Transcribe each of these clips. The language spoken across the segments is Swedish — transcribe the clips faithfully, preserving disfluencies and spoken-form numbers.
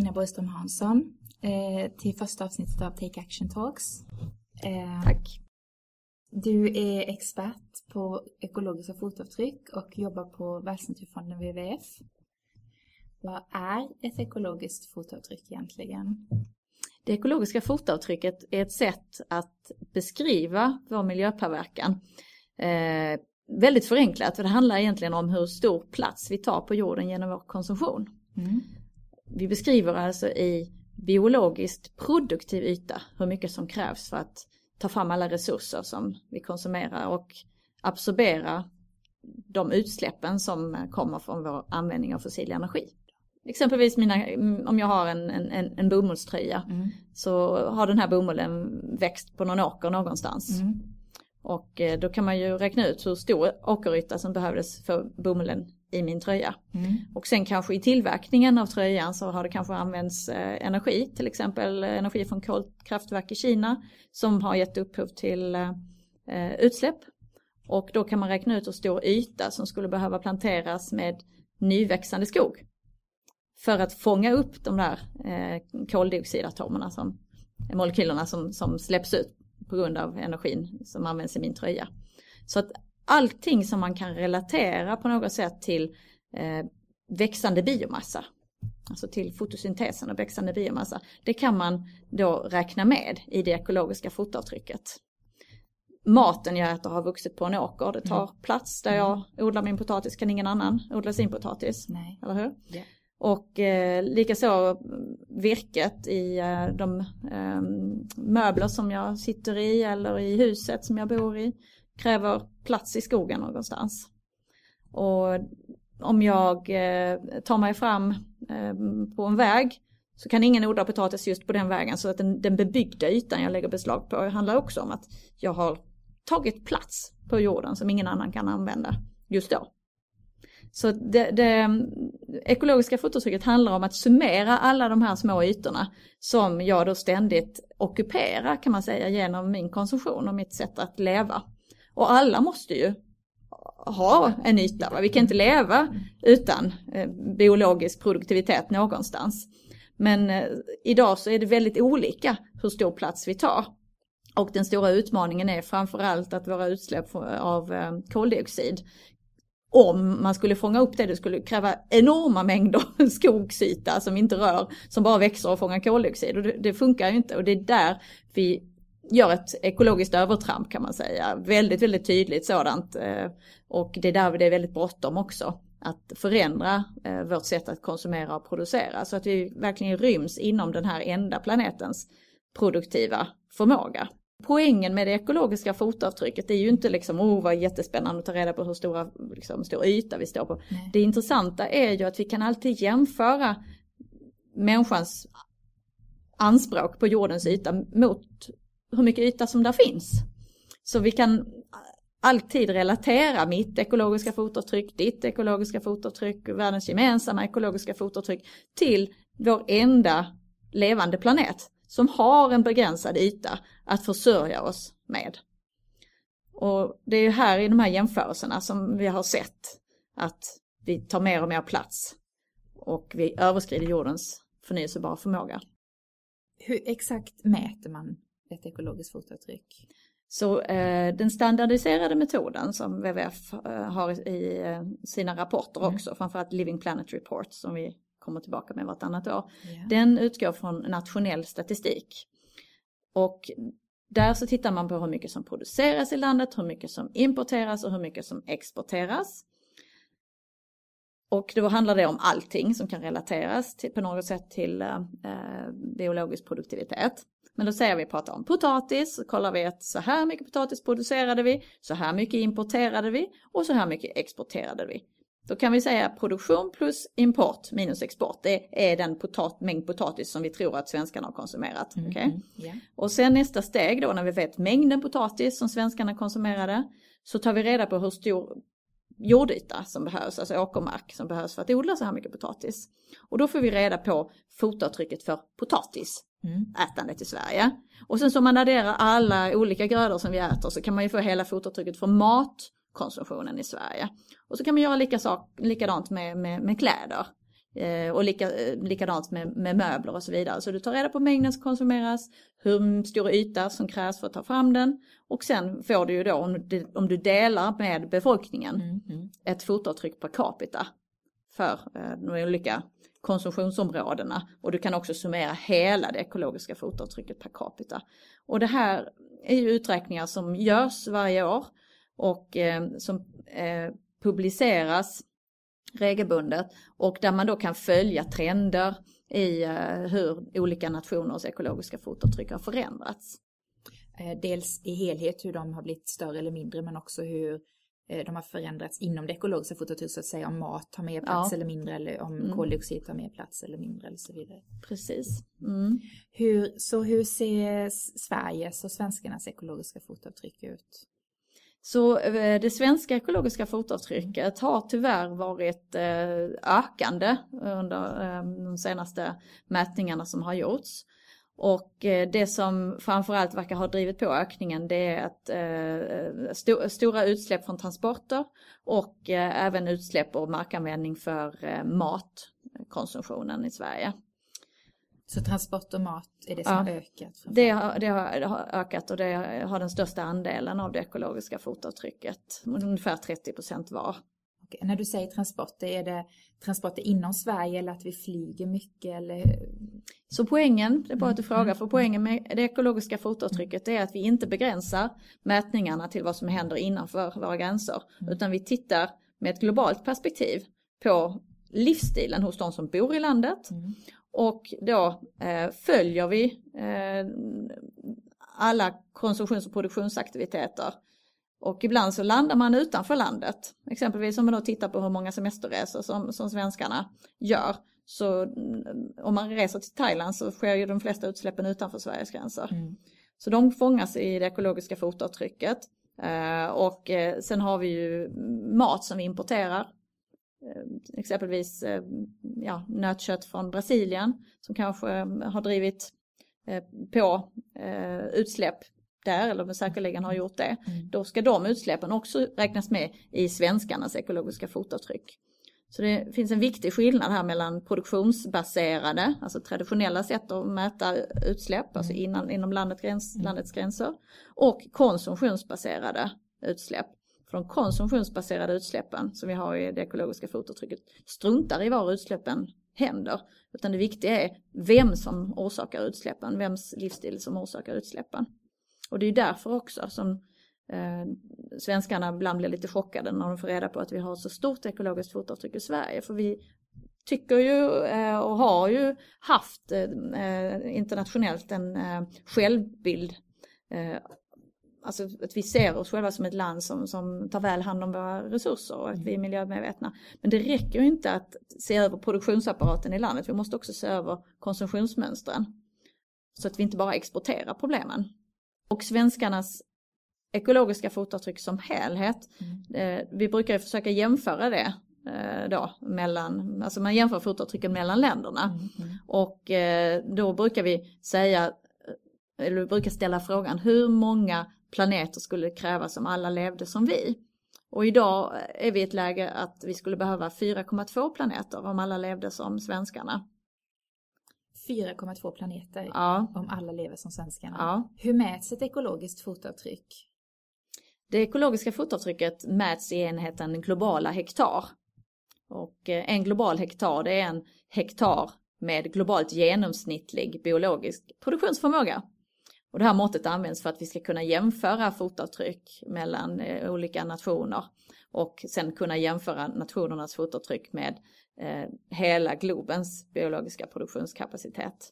Nina Borgström Hansson eh, till första avsnittet av Take Action Talks. Eh, Tack. Du är expert på ekologiska fotavtryck och jobbar på Världsnaturfonden W W F. Vad är ett ekologiskt fotavtryck egentligen? Det ekologiska fotavtrycket är ett sätt att beskriva vår miljöpåverkan. Eh, väldigt förenklat, för det handlar egentligen om hur stor plats vi tar på jorden genom vår konsumtion. Mm. Vi beskriver alltså i biologiskt produktiv yta hur mycket som krävs för att ta fram alla resurser som vi konsumerar och absorbera de utsläppen som kommer från vår användning av fossil energi. Exempelvis mina, om jag har en, en, en bomullströja mm. så har den här bomullen växt på någon åker någonstans. Mm. Och då kan man ju räkna ut hur stor åkeryta som behövdes för bomullen i min tröja. Mm. Och sen kanske i tillverkningen av tröjan så har det kanske använts eh, energi, till exempel energi från kolkraftverk i Kina som har gett upphov till eh, utsläpp. Och då kan man räkna ut hur stor yta som skulle behöva planteras med nyväxande skog för att fånga upp de där eh, koldioxidatomerna, som, molekylerna som, som släpps ut på grund av energin som används i min tröja. Så att allting som man kan relatera på något sätt till eh, växande biomassa, alltså till fotosyntesen och växande biomassa, det kan man då räkna med i det ekologiska fotavtrycket. Maten jag äter har vuxit på en åker, det tar mm. plats. Där jag odlar min potatis kan ingen annan odla sin potatis. Nej. Eller hur? Yeah. Och eh, likaså virket i eh, de eh, möbler som jag sitter i eller i huset som jag bor i kräver plats i skogen någonstans. Och om jag eh, tar mig fram eh, på en väg så kan ingen odla potatis just på den vägen, så att den, den bebyggda ytan jag lägger beslag på handlar också om att jag har tagit plats på jorden som ingen annan kan använda just då. Så det, det ekologiska fotavtrycket handlar om att summera alla de här små ytorna som jag då ständigt ockuperar, kan man säga, genom min konsumtion och mitt sätt att leva. Och alla måste ju ha en yta. Va? Vi kan inte leva utan eh, biologisk produktivitet någonstans. Men eh, idag så är det väldigt olika hur stor plats vi tar. Och den stora utmaningen är framförallt att våra utsläpp av eh, koldioxid, om man skulle fånga upp det, det skulle kräva enorma mängder skogsyta som inte rör, som bara växer och fångar koldioxid. Och det, det funkar ju inte, och det är där vi gör ett ekologiskt övertramp, kan man säga. Väldigt, väldigt tydligt sådant. Och det är där det är väldigt bråttom också. Att förändra vårt sätt att konsumera och producera. Så att vi verkligen ryms inom den här enda planetens produktiva förmåga. Poängen med det ekologiska fotavtrycket är ju inte liksom, åh vad jättespännande att ta reda på hur stora, liksom, stor yta vi står på. Nej. Det intressanta är ju att vi kan alltid jämföra människans anspråk på jordens yta mot hur mycket yta som där finns. Så vi kan alltid relatera mitt ekologiska fotavtryck, ditt ekologiska fotavtryck, världens gemensamma ekologiska fotavtryck till vår enda levande planet som har en begränsad yta att försörja oss med. Och det är ju här i de här jämförelserna som vi har sett att vi tar mer och mer plats och vi överskrider jordens förnyelsebara förmåga. Hur exakt mäter man ett ekologiskt fotavtryck? Så eh, den standardiserade metoden som W W F eh, har i eh, sina rapporter mm. också, framförallt Living Planet Report som vi kommer tillbaka med vartannat år, yeah. den utgår från nationell statistik. Och där så tittar man på hur mycket som produceras i landet, hur mycket som importeras och hur mycket som exporteras. Och då handlar det om allting som kan relateras till, på något sätt till eh, biologisk produktivitet. Men då säger vi prata om potatis, så kollar vi att så här mycket potatis producerade vi, så här mycket importerade vi och så här mycket exporterade vi. Då kan vi säga produktion plus import minus export. Det är den potat- mängd potatis som vi tror att svenskarna har konsumerat. Mm, okay? yeah. Och sen nästa steg då, när vi vet mängden potatis som svenskarna konsumerade, så tar vi reda på hur stor jordyta som behövs, alltså åkermark som behövs för att odla så här mycket potatis. Och då får vi reda på fotavtrycket för potatis. Mm. Ätandet i Sverige. Och sen så man adderar alla olika grödor som vi äter, så kan man ju få hela fotavtrycket för matkonsumtionen i Sverige. Och så kan man göra lika sak, likadant med, med, med kläder. Och lika, likadant med, med möbler och så vidare. Så du tar reda på mängden som konsumeras, hur stor yta som krävs för att ta fram den. Och sen får du ju då, om du, om du delar med befolkningen, mm, mm. ett fotavtryck per capita för eh, de olika konsumtionsområdena. Och du kan också summera hela det ekologiska fotavtrycket per capita. Och det här är ju uträkningar som görs varje år och eh, som eh, publiceras regelbundet och där man då kan följa trender i uh, hur olika nationers ekologiska fotavtryck har förändrats. Dels i helhet hur de har blivit större eller mindre, men också hur eh, de har förändrats inom det ekologiska fotavtrycket, så att säga, om mat tar mer plats ja. eller mindre, eller om mm. koldioxid tar mer plats eller mindre eller så vidare. Precis. Mm. Hur, så hur ser Sveriges och svenskarnas ekologiska fotavtryck ut? Så det svenska ekologiska fotavtrycket har tyvärr varit ökande under de senaste mätningarna som har gjorts. Och det som framförallt verkar ha drivit på ökningen, det är att st- stora utsläpp från transporter och även utsläpp och markanvändning för matkonsumtionen i Sverige. Så transport och mat är det som ja, har ökat? Det har, det har ökat och det har den största andelen av det ekologiska fotavtrycket. Ungefär trettio procent var. Okej. När du säger transporter, är det transporter inom Sverige eller att vi flyger mycket? Eller? Så poängen, det är bara att du frågar, för poängen med det ekologiska fotavtrycket är att vi inte begränsar mätningarna till vad som händer innanför våra gränser. Mm. Utan vi tittar med ett globalt perspektiv på livsstilen hos de som bor i landet. Mm. Och då eh, följer vi eh, alla konsumtions- och produktionsaktiviteter. Och ibland så landar man utanför landet. Exempelvis om man då tittar på hur många semesterresor som, som svenskarna gör. Så om man reser till Thailand så sker ju de flesta utsläppen utanför Sveriges gränser. Mm. Så de fångas i det ekologiska fotavtrycket. Eh, och eh, sen har vi ju mat som vi importerar. Exempelvis ja, nötkött från Brasilien som kanske har drivit på utsläpp där, eller säkerligen har gjort det. Mm. Då ska de utsläppen också räknas med i svenskarnas ekologiska fotavtryck. Så det finns en viktig skillnad här mellan produktionsbaserade, alltså traditionella sätt att mäta utsläpp, mm. alltså innan, inom landet gräns, mm. landets gränser, och konsumtionsbaserade utsläpp. För de konsumtionsbaserade utsläppen som vi har i det ekologiska fotavtrycket struntar i var utsläppen händer. Utan det viktiga är vem som orsakar utsläppen, vems livsstil som orsakar utsläppen. Och det är därför också som eh, svenskarna ibland blir lite chockade när de får reda på att vi har så stort ekologiskt fotavtryck i Sverige. För vi tycker ju eh, och har ju haft eh, internationellt en eh, självbild. Eh, Alltså att vi ser oss själva som ett land som, som tar väl hand om våra resurser och att vi är miljömedvetna. Men det räcker ju inte att se över produktionsapparaten i landet. Vi måste också se över konsumtionsmönstren. Så att vi inte bara exporterar problemen. Och svenskarnas ekologiska fotavtryck som helhet. Mm. Eh, vi brukar ju försöka jämföra det eh, då mellan, alltså man jämför fotavtrycken mellan länderna. Mm. Mm. Och eh, då brukar vi säga, eller vi brukar ställa frågan, hur många planeter skulle det krävas om alla levde som vi? Och idag är vi i ett läge att vi skulle behöva fyra komma två planeter om alla levde som svenskarna. fyra komma två planeter ja. om alla lever som svenskarna. Ja. Hur mäts ett ekologiskt fotavtryck? Det ekologiska fotavtrycket mäts i enheten globala hektar. Och en global hektar, det är en hektar med globalt genomsnittlig biologisk produktionsförmåga. Och det här måttet används för att vi ska kunna jämföra fotavtryck mellan eh, olika nationer och sen kunna jämföra nationernas fotavtryck med eh, hela globens biologiska produktionskapacitet.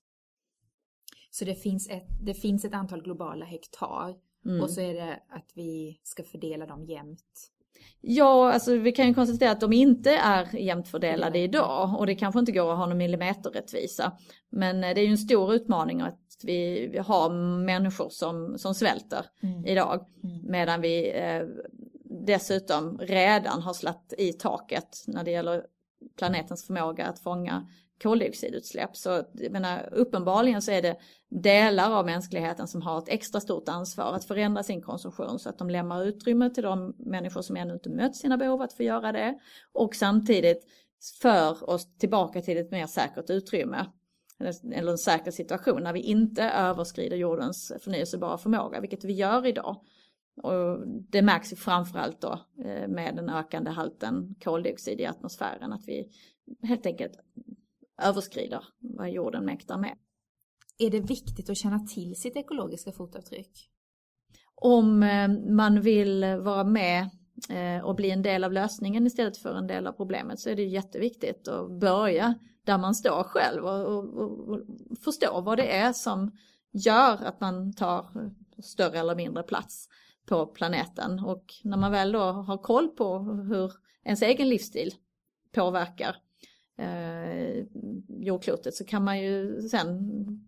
Så det finns ett, det finns ett antal globala hektar mm. och så är det att vi ska fördela dem jämnt? Ja, alltså vi kan ju konstatera att de inte är jämnt fördelade idag och det kanske inte går att ha någon millimeterrättvisa. Men det är ju en stor utmaning att vi, vi har människor som, som svälter mm. idag. Mm. Medan vi eh, dessutom redan har slagit i taket när det gäller planetens förmåga att fånga koldioxidutsläpp. Så jag menar, uppenbarligen så är det delar av mänskligheten som har ett extra stort ansvar att förändra sin konsumtion så att de lämnar utrymme till de människor som ännu inte mött sina behov att få göra det. Och samtidigt för oss tillbaka till ett mer säkert utrymme. Eller en säker situation när vi inte överskrider jordens förnyelsebara förmåga, vilket vi gör idag. Och det märks ju framförallt då med den ökande halten koldioxid i atmosfären, att vi helt enkelt överskrider vad jorden mäktar med. Är det viktigt att känna till sitt ekologiska fotavtryck? Om man vill vara med och bli en del av lösningen istället för en del av problemet, så är det jätteviktigt att börja där man står själv och, och, och förstå vad det är som gör att man tar större eller mindre plats på planeten. Och när man väl då har koll på hur ens egen livsstil påverkar eh, jordklotet, så kan man ju sen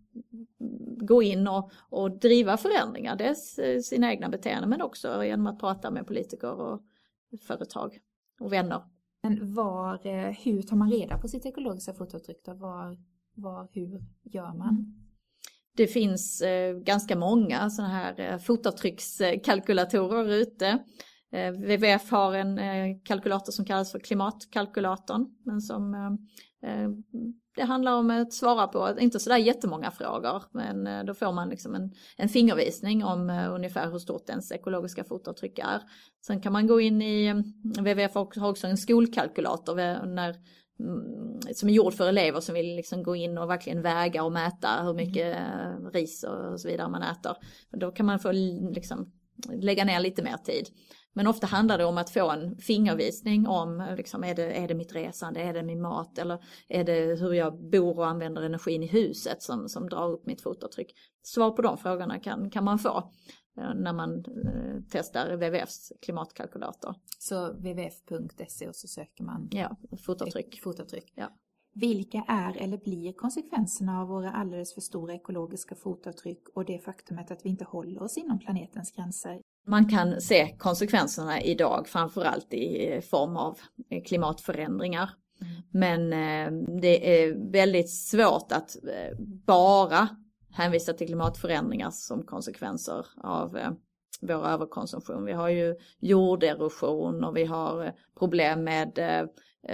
gå in och, och driva förändringar. Dels sina egna beteenden, men också genom att prata med politiker och företag och vänner. Men var, hur tar man reda på sitt ekologiska fotavtryck då? Var, var, hur gör man? Det finns eh, ganska många sådana här eh, fotavtryckskalkylatorer ute. Eh, W W F har en eh, kalkylator som kallas för klimatkalkylatorn, men som eh, det handlar om att svara på inte sådär jättemånga frågor, men eh, då får man liksom en, en fingervisning om eh, ungefär hur stort ens ekologiska fotavtryck är. Sen kan man gå in i, eh, W W F har också en skolkalkylator när som är gjord för elever som vill liksom gå in och verkligen väga och mäta hur mycket mm. ris och så vidare man äter. Då kan man få liksom lägga ner lite mer tid. Men ofta handlar det om att få en fingervisning om liksom, är, det, är det mitt resande, är det min mat eller är det hur jag bor och använder energin i huset som, som drar upp mitt fotavtryck. Svar på de frågorna kan, kan man få när man eh, testar W W Fs klimatkalkylator. Så w w f punkt se och så söker man ja, fotavtryck. fotavtryck. Ja. Vilka är eller blir konsekvenserna av våra alldeles för stora ekologiska fotavtryck och det faktumet att vi inte håller oss inom planetens gränser? Man kan se konsekvenserna idag framförallt i form av klimatförändringar. Mm. Men eh, det är väldigt svårt att eh, bara hänvisa till klimatförändringar som konsekvenser av eh, vår överkonsumtion. Vi har ju jorderosion och vi har eh, problem med eh,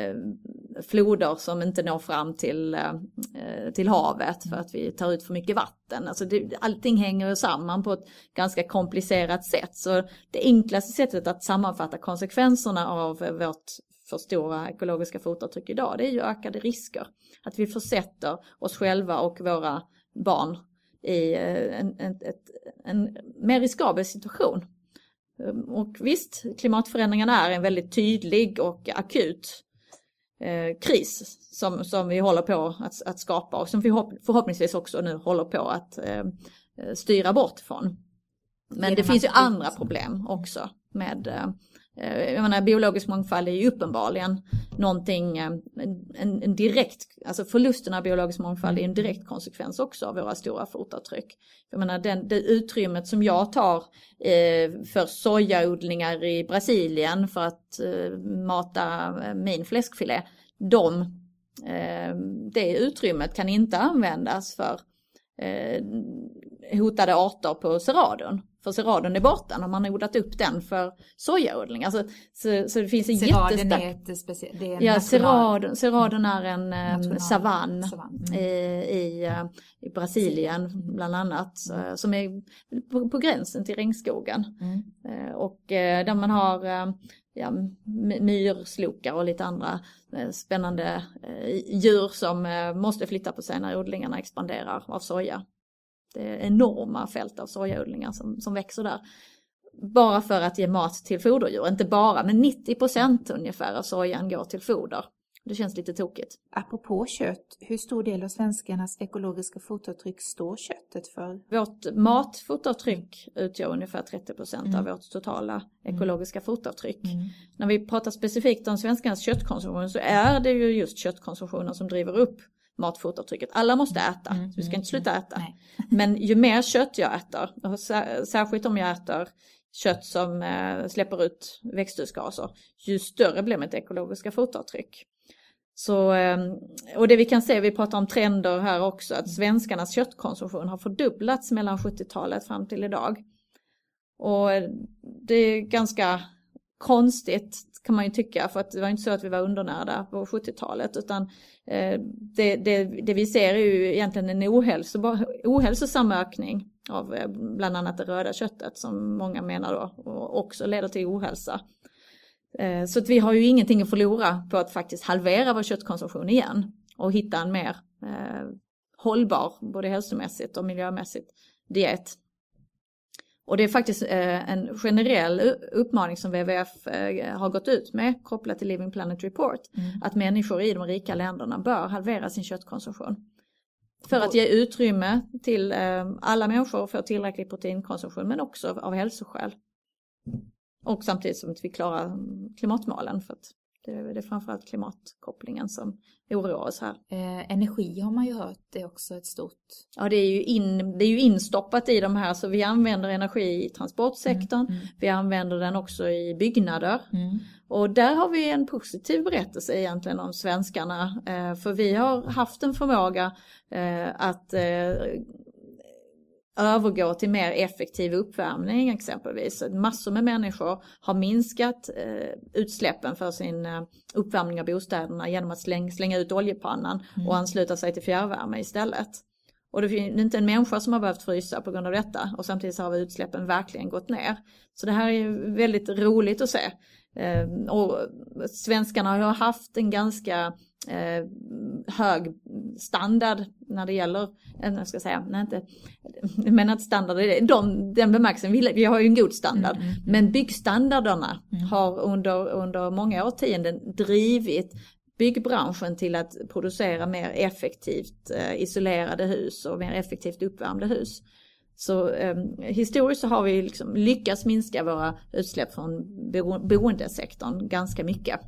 floder som inte når fram till, eh, till havet för att vi tar ut för mycket vatten. Alltså det, allting hänger samman på ett ganska komplicerat sätt. Så det enklaste sättet att sammanfatta konsekvenserna av vårt för stora ekologiska fotavtryck idag, det är ju ökade risker. Att vi försätter oss själva och våra barn i en, en, ett, en mer riskabel situation. Och visst, klimatförändringarna är en väldigt tydlig och akut eh, kris som, som vi håller på att, att skapa och som vi hopp, förhoppningsvis också nu håller på att eh, styra bort från. Men det finns ju andra problem också med eh, jag menar, biologisk mångfald är ju uppenbarligen någonting, en, en direkt, alltså förlusten av biologisk mångfald är en direkt konsekvens också av våra stora fotavtryck. Jag menar, den, det utrymmet som jag tar eh, för sojaodlingar i Brasilien för att eh, mata min fläskfilé, de, eh, det utrymmet kan inte användas för eh, hotade arter på Ceradon. För Ceradon är borta när man har odlat upp den för sojaodling. Alltså, så, så det finns en jättestark... är ett speciellt... Det är en ja, national... Ceradon, Ceradon är en national... savann, savann. Mm. I, i, i Brasilien mm. bland annat. Mm. Som är på, på gränsen till regnskogen. Mm. Och där man har ja, myrslokar och lite andra spännande djur som måste flytta på sig när odlingarna expanderar av soja. Det är enorma fält av sojaodlingar som, som växer där. Bara för att ge mat till foderdjur. Inte bara, men nittio procent ungefär av sojan går till foder. Det känns lite tokigt. Apropå kött, hur stor del av svenskarnas ekologiska fotavtryck står köttet för? Vårt matfotavtryck utgör ungefär trettio procent mm. av vårt totala ekologiska mm. fotavtryck. Mm. När vi pratar specifikt om svenskarnas köttkonsumtion så är det ju just köttkonsumtionen som driver upp matfotavtrycket. Alla måste äta, mm, så vi ska inte sluta äta. Nej. Men ju mer kött jag äter, och särskilt om jag äter kött som eh, släpper ut växthusgaser, ju större blir mitt ekologiska fotavtryck. Så, eh, och det vi kan se, vi pratar om trender här också, att svenskarnas köttkonsumtion har fördubblats mellan sjuttiotalet fram till idag. Och det är ganska konstigt kan man ju tycka, för att det var inte så att vi var undernärda på sjuttiotalet, utan eh, det, det, det vi ser är ju egentligen en ohälso, ohälsosam ökning av eh, bland annat det röda köttet, som många menar då också leder till ohälsa. Eh, så att vi har ju ingenting att förlora på att faktiskt halvera vår köttkonsumtion igen och hitta en mer eh, hållbar, både hälsomässigt och miljömässigt, diet. Och det är faktiskt eh, en generell uppmaning som W W F eh, har gått ut med kopplat till Living Planet Report. Mm. Att människor i de rika länderna bör halvera sin köttkonsumtion. För att ge utrymme till eh, alla människor för tillräcklig proteinkonsumtion, men också av, av hälsoskäl. Och samtidigt som vi klarar klimatmålen, för att det, det är framförallt klimatkopplingen som oroar oss här. Eh, energi har man ju hört, det är också ett stort... Ja, det är ju, in, det är ju instoppat i de här, så vi använder energi i transportsektorn, mm, mm. vi använder den också i byggnader. Mm. Och där har vi en positiv berättelse egentligen om svenskarna, eh, för vi har haft en förmåga eh, att... Eh, övergå till mer effektiv uppvärmning exempelvis. Massor med människor har minskat eh, utsläppen för sin eh, uppvärmning av bostäderna genom att släng, slänga ut oljepannan mm. och ansluta sig till fjärrvärme istället. Och det är inte en människa som har behövt frysa på grund av detta, och samtidigt har utsläppen verkligen gått ner. Så det här är väldigt roligt att se. Eh, och svenskarna har haft en ganska eh, hög standard när det gäller, jag ska säga, nej inte, men att standard är de, den bemärkelsen, vi, vi har ju en god standard, mm, mm, men byggstandarderna mm. har under, under många årtionden drivit byggbranschen till att producera mer effektivt eh, isolerade hus och mer effektivt uppvärmda hus. Så eh, historiskt så har vi liksom lyckats minska våra utsläpp från bo- boendesektorn ganska mycket.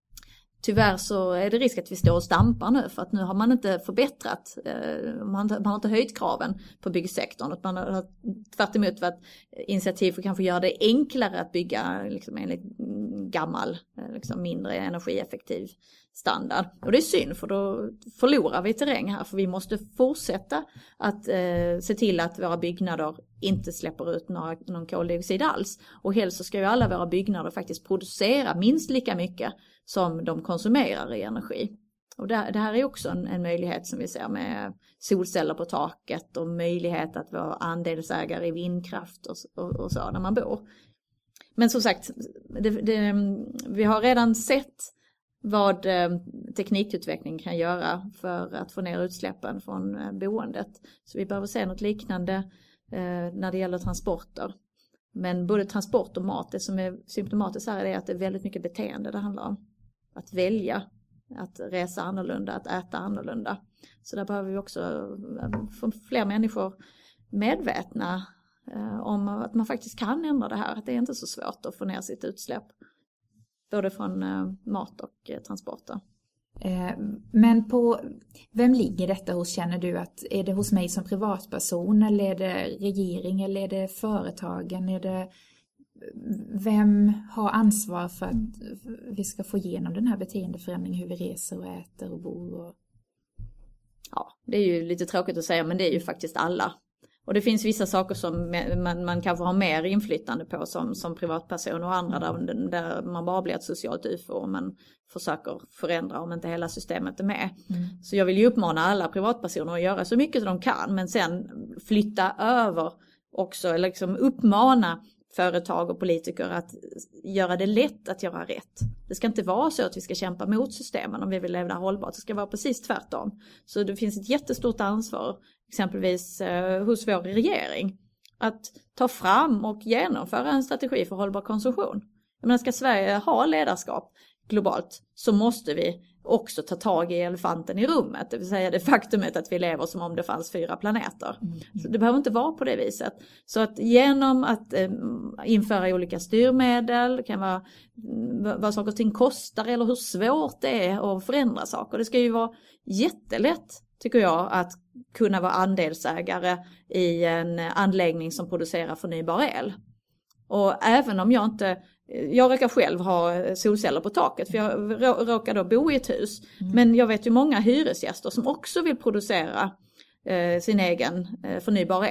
Tyvärr så är det risk att vi står och stampar nu, för att nu har man inte förbättrat, eh, man, har inte, man har inte höjt kraven på byggsektorn. Att man har tvärt emot varit initiativ för att kanske göra det enklare att bygga liksom, enligt gammal, liksom, mindre energieffektiv standard. Och det är synd, för då förlorar vi terräng här, för vi måste fortsätta att eh, se till att våra byggnader inte släpper ut några, någon koldioxid alls. Och helst så ska ju alla våra byggnader faktiskt producera minst lika mycket som de konsumerar i energi. Och det, det här är också en, en möjlighet som vi ser med solceller på taket och möjlighet att vara andelsägare i vindkraft och, och, och så när man bor. Men som sagt, det, det, vi har redan sett vad eh, teknikutveckling kan göra för att få ner utsläppen från eh, boendet. Så vi behöver se något liknande eh, när det gäller transporter. Men både transport och mat, det som är symptomatiskt här är att det är väldigt mycket beteende det handlar om. Att välja, att resa annorlunda, att äta annorlunda. Så där behöver vi också få fler människor medvetna eh, om att man faktiskt kan ändra det här. Att det är inte så svårt att få ner sitt utsläpp. Både från eh, mat och eh, transporter. Eh, men på vem ligger detta hos, känner du? Att är det hos mig som privatperson, eller är det regering, eller är det företagen? Är det, vem har ansvar för att vi ska få igenom den här beteendeförändringen, hur vi reser och äter och bor? Och... Ja, det är ju lite tråkigt att säga, men det är ju faktiskt alla. Och det finns vissa saker som man, man kanske har mer inflytande på som, som privatperson, och andra där, där man bara blir ett socialt U F O och man försöker förändra om inte hela systemet är med. Mm. Så jag vill ju uppmana alla privatpersoner att göra så mycket som de kan, men sen flytta över också, eller liksom uppmana företag och politiker att göra det lätt att göra rätt. Det ska inte vara så att vi ska kämpa mot systemen om vi vill leva hållbart. Det ska vara precis tvärtom. Så det finns ett jättestort ansvar, exempelvis eh, hos vår regering, att ta fram och genomföra en strategi för hållbar konsumtion. Jag menar, ska Sverige ha ledarskap globalt, så måste vi också ta tag i elefanten i rummet, det vill säga det faktumet att vi lever som om det fanns fyra planeter. Mm. Så det behöver inte vara på det viset. Så att genom att eh, införa olika styrmedel, det kan vara vad saker och ting kostar eller hur svårt det är att förändra saker. Det ska ju vara jättelätt, tycker jag, att kunna vara andelsägare i en anläggning som producerar förnybar el. Och även om jag inte, jag råkar själv ha solceller på taket, för jag råkar då bo i ett hus. Mm. Men jag vet ju många hyresgäster som också vill producera eh, sin egen eh, förnybar el.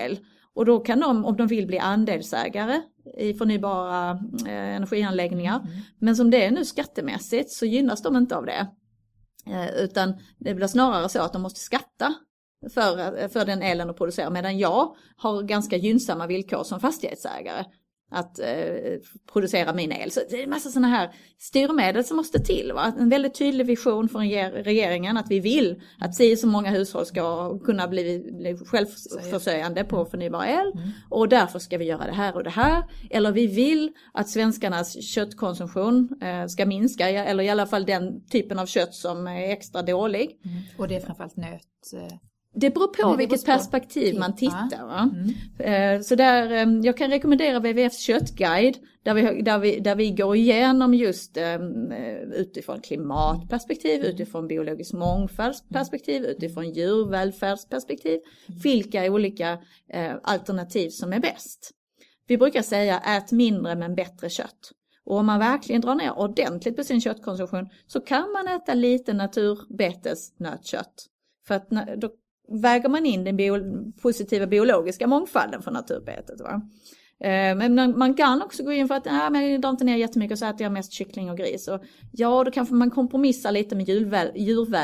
Och då kan de, om de vill bli andelsägare i förnybara eh, energianläggningar, mm. men som det är nu skattemässigt så gynnas de inte av det. Eh, utan det blir snarare så att de måste skatta för, för den elen de producerar, medan jag har ganska gynnsamma villkor som fastighetsägare att eh, producera min el. Så det är en massa sådana här styrmedel som måste till. Va? En väldigt tydlig vision från regeringen att vi vill att si så många hushåll ska kunna bli, bli självförsörjande på förnybar el. Mm. Och därför ska vi göra det här och det här. Eller vi vill att svenskarnas köttkonsumtion eh, ska minska. Eller i alla fall den typen av kött som är extra dålig. Mm. Och det är framförallt nöt... Eh... Det beror på det vilket perspektiv man tittar. Va? Mm. Så där, jag kan rekommendera W W F:s köttguide där vi, där, vi, där vi går igenom just utifrån klimatperspektiv, utifrån biologisk mångfaldsperspektiv, utifrån djurvälfärdsperspektiv, vilka olika alternativ som är bäst. Vi brukar säga ät mindre men bättre kött. Och om man verkligen drar ner ordentligt på sin köttkonsumtion så kan man äta lite naturbetesnötkött. För att då väger man in den bio- positiva biologiska mångfalden för naturbetet. Va? Eh, men man kan också gå in för att äh, men jag drar inte ner jättemycket och så äter jag mest kyckling och gris. Och ja, då kanske man kompromissar lite med djurväl-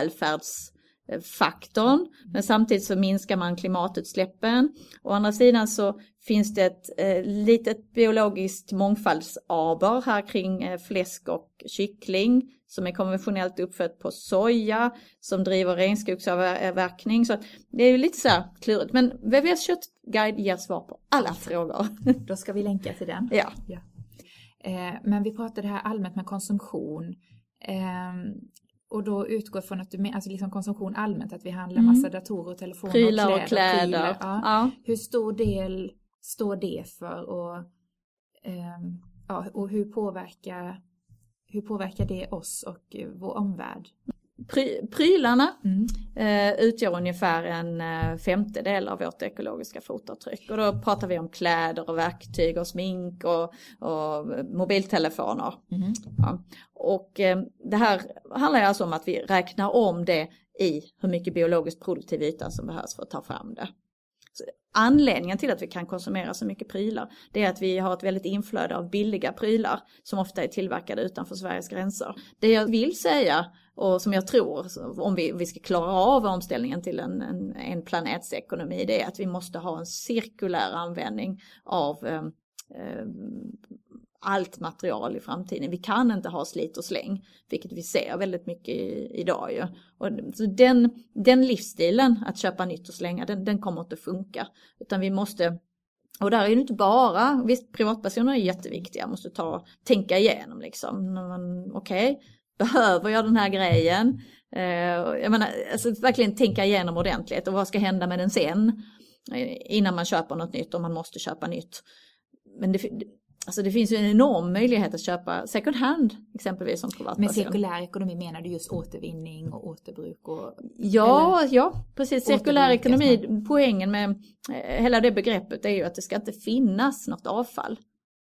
djurvälfärdsfaktorn. Men samtidigt så minskar man klimatutsläppen. Å andra sidan så finns det ett eh, litet biologiskt mångfaldsaber här kring eh, fläsk och kyckling som är konventionellt uppfött på soja, som driver regnskogsavverkning. Så det är ju lite så här klurigt. Men W W F:s köttguide ger svar på alla frågor. Då ska vi länka till den. Ja. ja. Eh, men vi pratade här allmänt med konsumtion. Eh, och då utgår från att du menar, alltså liksom konsumtion allmänt, att vi handlar mm. massa datorer, telefoner, prylar och kläder. Och kläder. Ja. Ja. Hur stor del står det för? Och, eh, ja, och hur påverkar... Hur påverkar det oss och vår omvärld? Pry, prylarna mm. eh, utgör ungefär en eh, femtedel av vårt ekologiska fotavtryck. Och då pratar vi om kläder och verktyg och smink och, och mobiltelefoner. Mm. Ja. Och eh, det här handlar alltså om att vi räknar om det i hur mycket biologiskt produktiv yta som behövs för att ta fram det. Så anledningen till att vi kan konsumera så mycket prylar, det är att vi har ett väldigt inflöde av billiga prylar som ofta är tillverkade utanför Sveriges gränser. Det jag vill säga, och som jag tror om vi, vi ska klara av omställningen till en, en, en planetsekonomi, det är att vi måste ha en cirkulär användning av eh, eh, allt material i framtiden. Vi kan inte ha slit och släng, vilket vi ser väldigt mycket i, idag ju. Och så den, den livsstilen, att köpa nytt och slänga, den, den kommer inte funka. Utan vi måste, och där är det inte bara, visst privatpersoner är jätteviktiga, måste ta, tänka igenom liksom. Okej, okay, behöver jag den här grejen? Eh, jag menar, alltså verkligen tänka igenom ordentligt, och vad ska hända med den sen? Innan man köper något nytt, om man måste köpa nytt. Men det Alltså det finns ju en enorm möjlighet att köpa second hand exempelvis som privatperson. Med cirkulär ekonomi menar du just återvinning och återbruk? Och, ja, ja, precis. Cirkulär ekonomi, poängen med eh, hela det begreppet är ju att det ska inte finnas något avfall.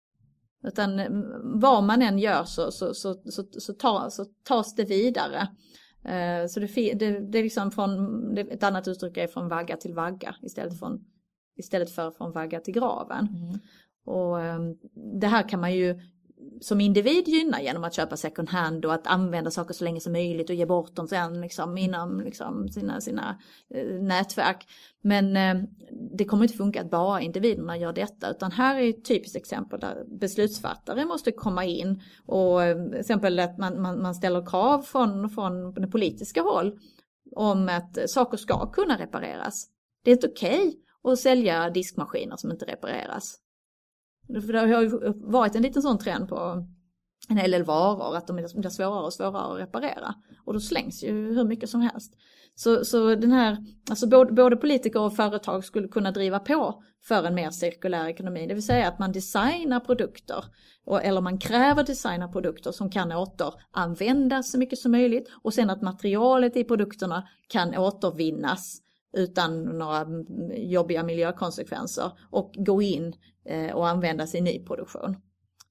Utan vad man än gör så, så, så, så, så, tar, så tas det vidare. Eh, så det, det, det är liksom från, det, ett annat uttryck är från vagga till vagga istället, från, istället för från vagga till graven. Mm. Och det här kan man ju som individ gynna genom att köpa second hand och att använda saker så länge som möjligt och ge bort dem sen liksom inom liksom sina, sina eh, nätverk. Men eh, det kommer inte funka att bara individerna gör detta, utan här är ett typiskt exempel där beslutsfattare måste komma in och eh, till exempel att man, man, man ställer krav från, från det politiska håll om att saker ska kunna repareras. Det är inte okej att sälja diskmaskiner som inte repareras. För det har ju varit en liten sån trend på en hel del varor att de blir svårare och svårare att reparera. Och då slängs ju hur mycket som helst. Så, så den här, alltså både, både politiker och företag skulle kunna driva på för en mer cirkulär ekonomi. Det vill säga att man designar produkter och, eller man kräver designa produkter som kan återanvändas så mycket som möjligt. Och sen att materialet i produkterna kan återvinnas utan några jobbiga miljökonsekvenser och gå in och användas i ny produktion.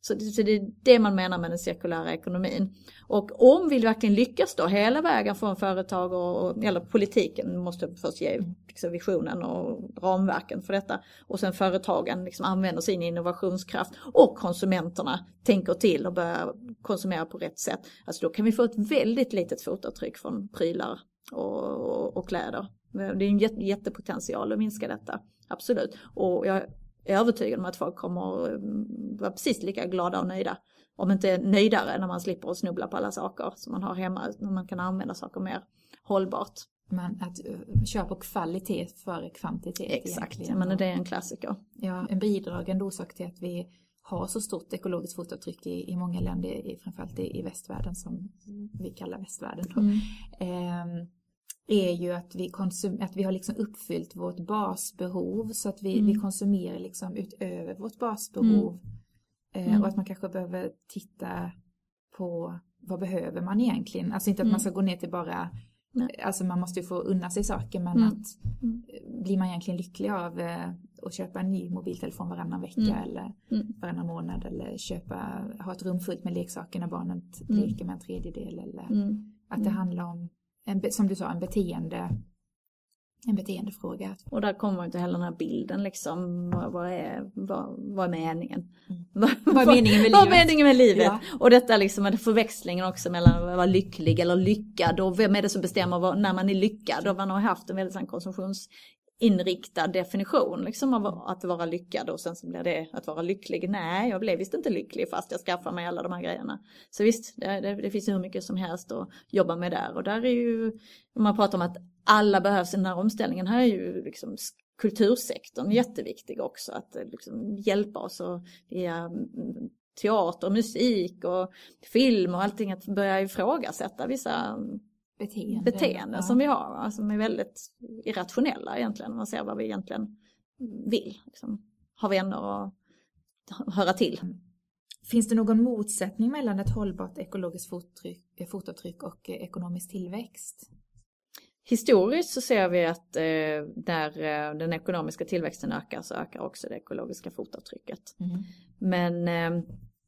Så det, så det är det man menar med den cirkulära ekonomin. Och om vi verkligen lyckas då hela vägen från företag och, eller politiken måste först ge liksom, visionen och ramverken för detta. Och sen företagen liksom, använder sin innovationskraft och konsumenterna tänker till och börjar konsumera på rätt sätt. Alltså då kan vi få ett väldigt litet fotavtryck från prylar och, och, och kläder. Det är en jätte, jättepotential att minska detta, absolut. Och jag är övertygad om att folk kommer vara precis lika glada och nöjda. Om inte nöjdare när man slipper att snubbla på alla saker som man har hemma. När man kan använda saker mer hållbart. Men att köpa kvalitet före kvantitet. Exakt, ja, men det är en klassiker. Ja, en bidragande orsak till att vi har så stort ekologiskt fotavtryck i, i många länder, i, framförallt i, i västvärlden som vi kallar västvärlden då. Mm. Eh, är ju att vi, konsum- att vi har liksom uppfyllt vårt basbehov så att vi, mm. vi konsumerar liksom utöver vårt basbehov. Mm. Eh, och att man kanske behöver titta på vad behöver man egentligen. Alltså inte att mm. man ska gå ner till bara, Nej. Alltså man måste ju få unna sig saker, men mm. att mm. blir man egentligen lycklig av eh, att köpa en ny mobiltelefon varannan vecka mm. eller mm. varannan månad, eller köpa, ha ett rum fullt med leksaker när barnen mm. leker med en tredjedel, eller mm. att det handlar om En, som du sa, en beteende en beteendefråga. Och där kommer inte heller den här bilden liksom, vad, vad, är, vad, vad är meningen? Mm. vad, vad är meningen med livet? Vad är meningen med livet? Ja. Och detta liksom med förväxlingen också mellan att vara lycklig eller lyckad, och vem är det som bestämmer vad, när man är lyckad? Och man har haft en väldigt sån konsumtionsinriktad definition liksom, av att vara lyckad, och sen så blir det att vara lycklig. Nej, jag blev visst inte lycklig fast jag skaffar mig alla de här grejerna. Så visst, det, det, det finns hur mycket som helst att jobba med där. Och där är ju, om man pratar om att alla behövs i den här omställningen, här är ju liksom kultursektorn jätteviktig också. Att liksom hjälpa oss och via teater, musik och film och allting, att börja ifrågasätta vissa beteenden, beteenden ja. som vi har, va? Som är väldigt irrationella egentligen, om man ser vad vi egentligen vill. Liksom, ha vänner och höra till. Finns det någon motsättning mellan ett hållbart ekologiskt fotavtryck, fotavtryck och ekonomisk tillväxt? Historiskt så ser vi att eh, där eh, den ekonomiska tillväxten ökar, så ökar också det ekologiska fotavtrycket. Mm. Men eh,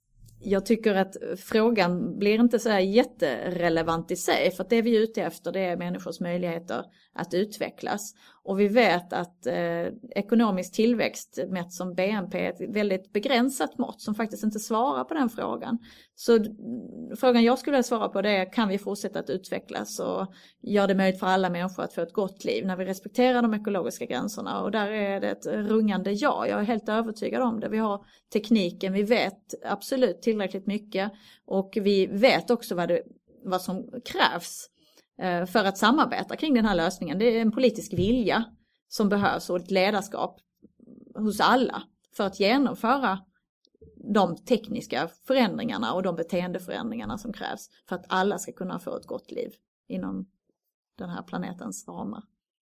jag tycker att frågan blir inte så här jätterelevant i sig, för att det vi är ute efter, det är människors möjligheter att utvecklas. Och vi vet att eh, ekonomisk tillväxt mätt som B N P är ett väldigt begränsat mått som faktiskt inte svarar på den frågan. Så frågan jag skulle vilja svara på det är, kan vi fortsätta att utvecklas och göra det möjligt för alla människor att få ett gott liv när vi respekterar de ekologiska gränserna? Och där är det ett rungande ja, jag är helt övertygad om det. Vi har tekniken, vi vet absolut tillräckligt mycket, och vi vet också vad, det, vad som krävs för att samarbeta kring den här lösningen. Det är en politisk vilja som behövs och ett ledarskap hos alla för att genomföra de tekniska förändringarna och de beteendeförändringarna som krävs för att alla ska kunna få ett gott liv inom den här planetens ramar.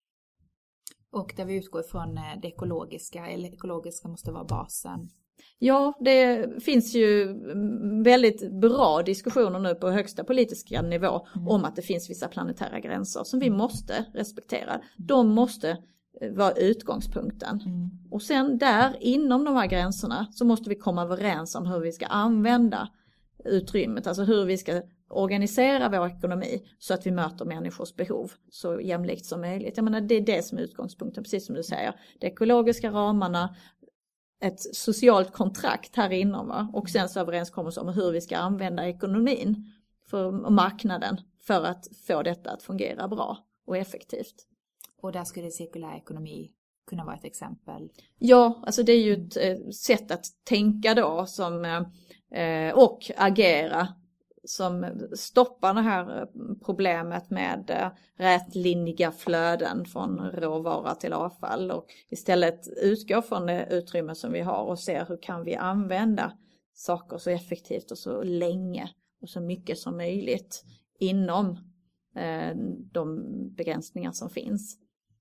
Och där vi utgår från det ekologiska, eller ekologiska måste vara basen. Ja, det finns ju väldigt bra diskussioner nu på högsta politiska nivå mm. om att det finns vissa planetära gränser som vi måste respektera. De måste vara utgångspunkten. Mm. Och sen där inom de här gränserna så måste vi komma överens om hur vi ska använda utrymmet, alltså hur vi ska organisera vår ekonomi så att vi möter människors behov så jämlikt som möjligt. Jag menar, det är det som är utgångspunkten, precis som du säger. De ekologiska ramarna, ett socialt kontrakt här inom, va? Och sen så överenskommelse om hur vi ska använda ekonomin för marknaden för att få detta att fungera bra och effektivt. Och där skulle cirkulär ekonomi kunna vara ett exempel? Ja, alltså det är ju ett eh, sätt att tänka då som, eh, och agera som stoppar det här problemet med eh, rätlinjiga flöden från råvara till avfall, och istället utgår från det utrymme som vi har och ser hur kan vi använda saker så effektivt och så länge och så mycket som möjligt inom eh, de begränsningar som finns.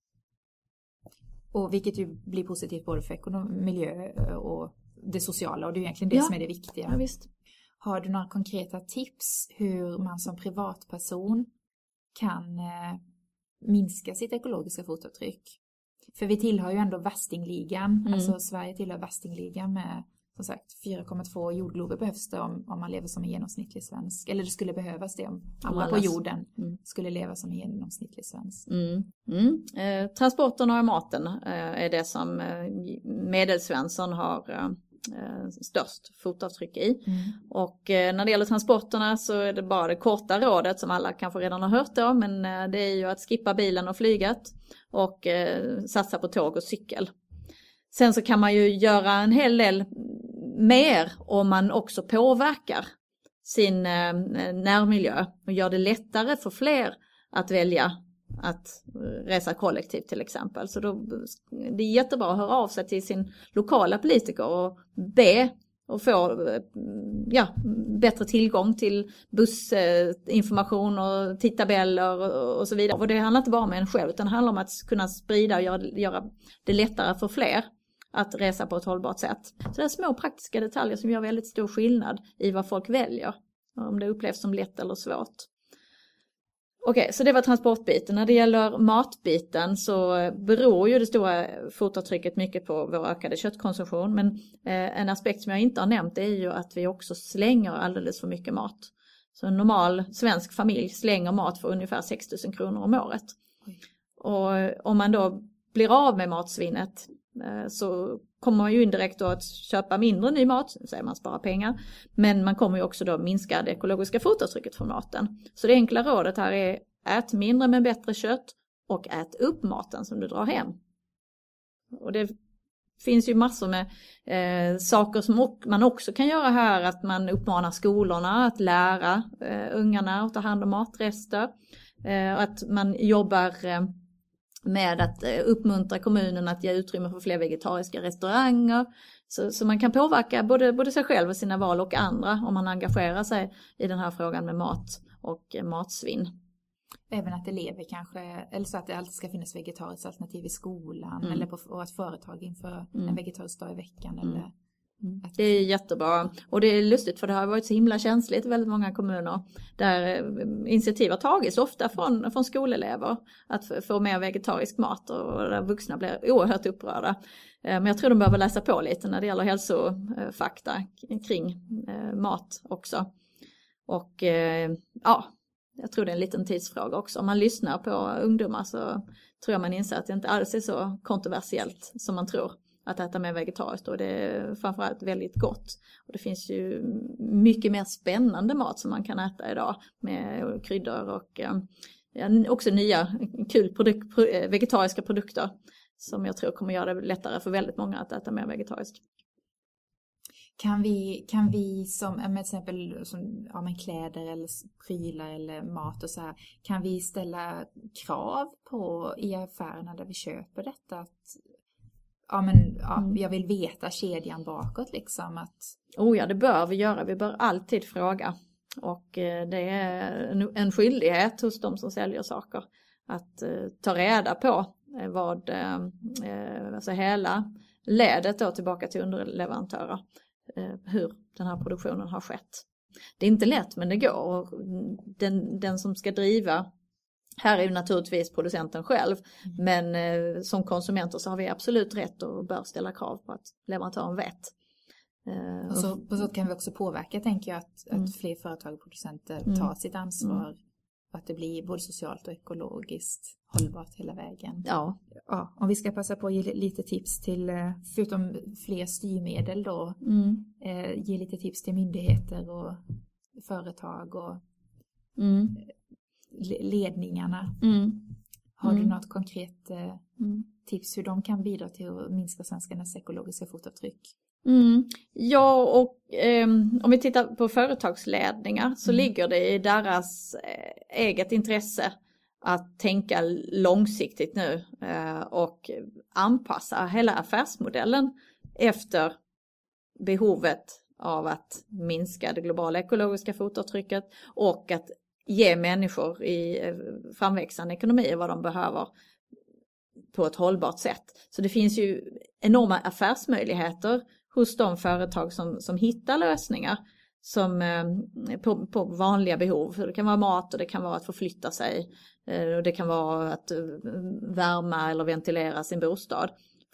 Och vilket ju blir positivt både för ekonomi, miljö och det sociala, och det är egentligen det ja. som är det viktiga. Ja, visst. Har du några konkreta tips hur man som privatperson kan eh, minska sitt ekologiska fotavtryck? För vi tillhör ju ändå värstingligan, mm. alltså Sverige tillhör värstingligan med som sagt, fyra komma två jordglober behövs det om, om man lever som en genomsnittlig svensk. Eller det skulle behövas det om alla på jorden mm. skulle leva som en genomsnittlig svensk. Mm. Mm. Eh, transporterna och maten eh, är det som eh, Medelsvensson har eh, störst fotavtryck i. Mm. Och eh, när det gäller transporterna så är det bara det korta rådet som alla kanske redan har hört då. Men eh, det är ju att skippa bilen och flyget och eh, satsa på tåg och cykel. Sen så kan man ju göra en hel del mer om man också påverkar sin eh, närmiljö och gör det lättare för fler att välja att resa kollektivt till exempel. Så då, det är jättebra att höra av sig till sin lokala politiker och be och få ja, bättre tillgång till bussinformation och tidtabeller och, och så vidare. Och det handlar inte bara om en själv utan det handlar om att kunna sprida och göra, göra det lättare för fler att resa på ett hållbart sätt. Så det är små praktiska detaljer som gör väldigt stor skillnad i vad folk väljer. Om det upplevs som lätt eller svårt. Okej, okay, så det var transportbiten. När det gäller matbiten så beror ju det stora fotavtrycket mycket på vår ökade köttkonsumtion. Men eh, en aspekt som jag inte har nämnt är ju att vi också slänger alldeles för mycket mat. Så en normal svensk familj slänger mat för ungefär sex tusen kronor om året. Oj. Och om man då blir av med matsvinnet så kommer man ju indirekt då att köpa mindre ny mat, så säger man spara pengar. Men man kommer ju också då minska det ekologiska fotavtrycket från maten. Så det enkla rådet här är ät mindre men bättre kött och ät upp maten som du drar hem. Och det finns ju massor med eh, saker som man också kan göra här. Att man uppmanar skolorna att lära eh, ungarna att ta hand om matrester. Eh, att man jobbar eh, med att uppmuntra kommunen att ge utrymme för fler vegetariska restauranger. Så, så man kan påverka både, både sig själv och sina val och andra om man engagerar sig i den här frågan med mat och matsvinn. Även att elever kanske, eller så att det alltid ska finnas vegetariskt alternativ i skolan mm. eller på och att företag inför mm. en vegetarisk dag i veckan. Mm. Eller Mm. Det är jättebra och det är lustigt för det har varit så himla känsligt i väldigt många kommuner där initiativ har tagits ofta från, från skolelever att få mer vegetarisk mat och där vuxna blir oerhört upprörda. Men jag tror de behöver läsa på lite när det gäller hälsofakta kring mat också. Och ja, jag tror det är en liten tidsfråga också. Om man lyssnar på ungdomar så tror jag man inser att det inte alls är så kontroversiellt som man tror. Att äta mer vegetariskt och det är framförallt väldigt gott. Och det finns ju mycket mer spännande mat som man kan äta idag med kryddor och ja, också nya kul produk- vegetariska produkter som jag tror kommer göra det lättare för väldigt många att äta mer vegetariskt. Kan vi, kan vi som med exempel som, ja, med kläder eller prylar eller mat och så här, kan vi ställa krav på i affärerna där vi köper detta att Ja, men ja, mm. jag vill veta kedjan bakåt liksom att... Oh ja, det bör vi göra. Vi bör alltid fråga. Och eh, det är en, en skyldighet hos de som säljer saker att eh, ta reda på eh, vad, eh, alltså hela ledet då tillbaka till underleverantörer, eh, hur den här produktionen har skett. Det är inte lätt men det går. Och den, den som ska driva här är ju naturligtvis producenten själv, mm. men eh, som konsumenter så har vi absolut rätt och bör ställa krav på att leverantören vet. Eh, och så, på så kan vi också påverka, tänker jag, att, mm. att fler företag och producenter mm. tar sitt ansvar mm. och att det blir både socialt och ekologiskt hållbart hela vägen. Ja. Ja, om vi ska passa på att ge lite tips till, förutom fler styrmedel då, mm. eh, ge lite tips till myndigheter och företag och mm. ledningarna. Mm. Har mm. du något konkret eh, mm. tips hur de kan bidra till att minska svenskarnas ekologiska fotavtryck? Mm. Ja, och eh, om vi tittar på företagsledningar så mm. ligger det i deras eh, eget intresse att tänka långsiktigt nu eh, och anpassa hela affärsmodellen efter behovet av att minska det globala ekologiska fotavtrycket och att ge människor i framväxande ekonomier vad de behöver på ett hållbart sätt. Så det finns ju enorma affärsmöjligheter hos de företag som, som hittar lösningar som, eh, på, på vanliga behov. Så det kan vara mat och det kan vara att förflytta sig. Eh, och det kan vara att värma eller ventilera sin bostad.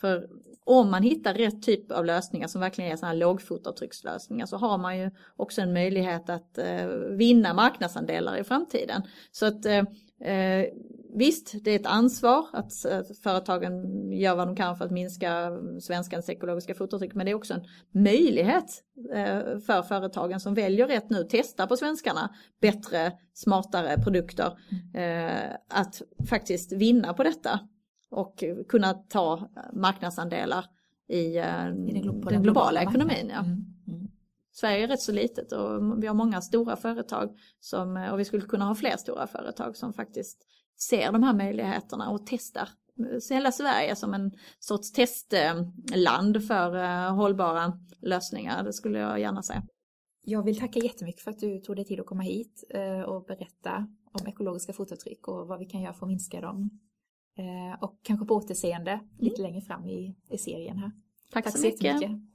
För om man hittar rätt typ av lösningar som verkligen är sådana här lågfotavtryckslösningar så har man ju också en möjlighet att eh, vinna marknadsandelar i framtiden. Så att eh, visst, det är ett ansvar att eh, företagen gör vad de kan för att minska svenskans ekologiska fotavtryck, men det är också en möjlighet eh, för företagen som väljer rätt nu, testa på svenskarna bättre, smartare produkter, eh, att faktiskt vinna på detta. Och kunna ta marknadsandelar i, uh, I den, globala, den globala ekonomin. Ja. Mm. Mm. Sverige är rätt så litet och vi har många stora företag som, och vi skulle kunna ha fler stora företag som faktiskt ser de här möjligheterna och testar. Så hela Sverige som en sorts testland för uh, hållbara lösningar, det skulle jag gärna säga. Jag vill tacka jättemycket för att du tog dig tid att komma hit uh, och berätta om ekologiska fotavtryck och vad vi kan göra för att minska dem. Och kanske på återseende lite mm. längre fram i, i serien här. Tack, Tack så mycket. mycket.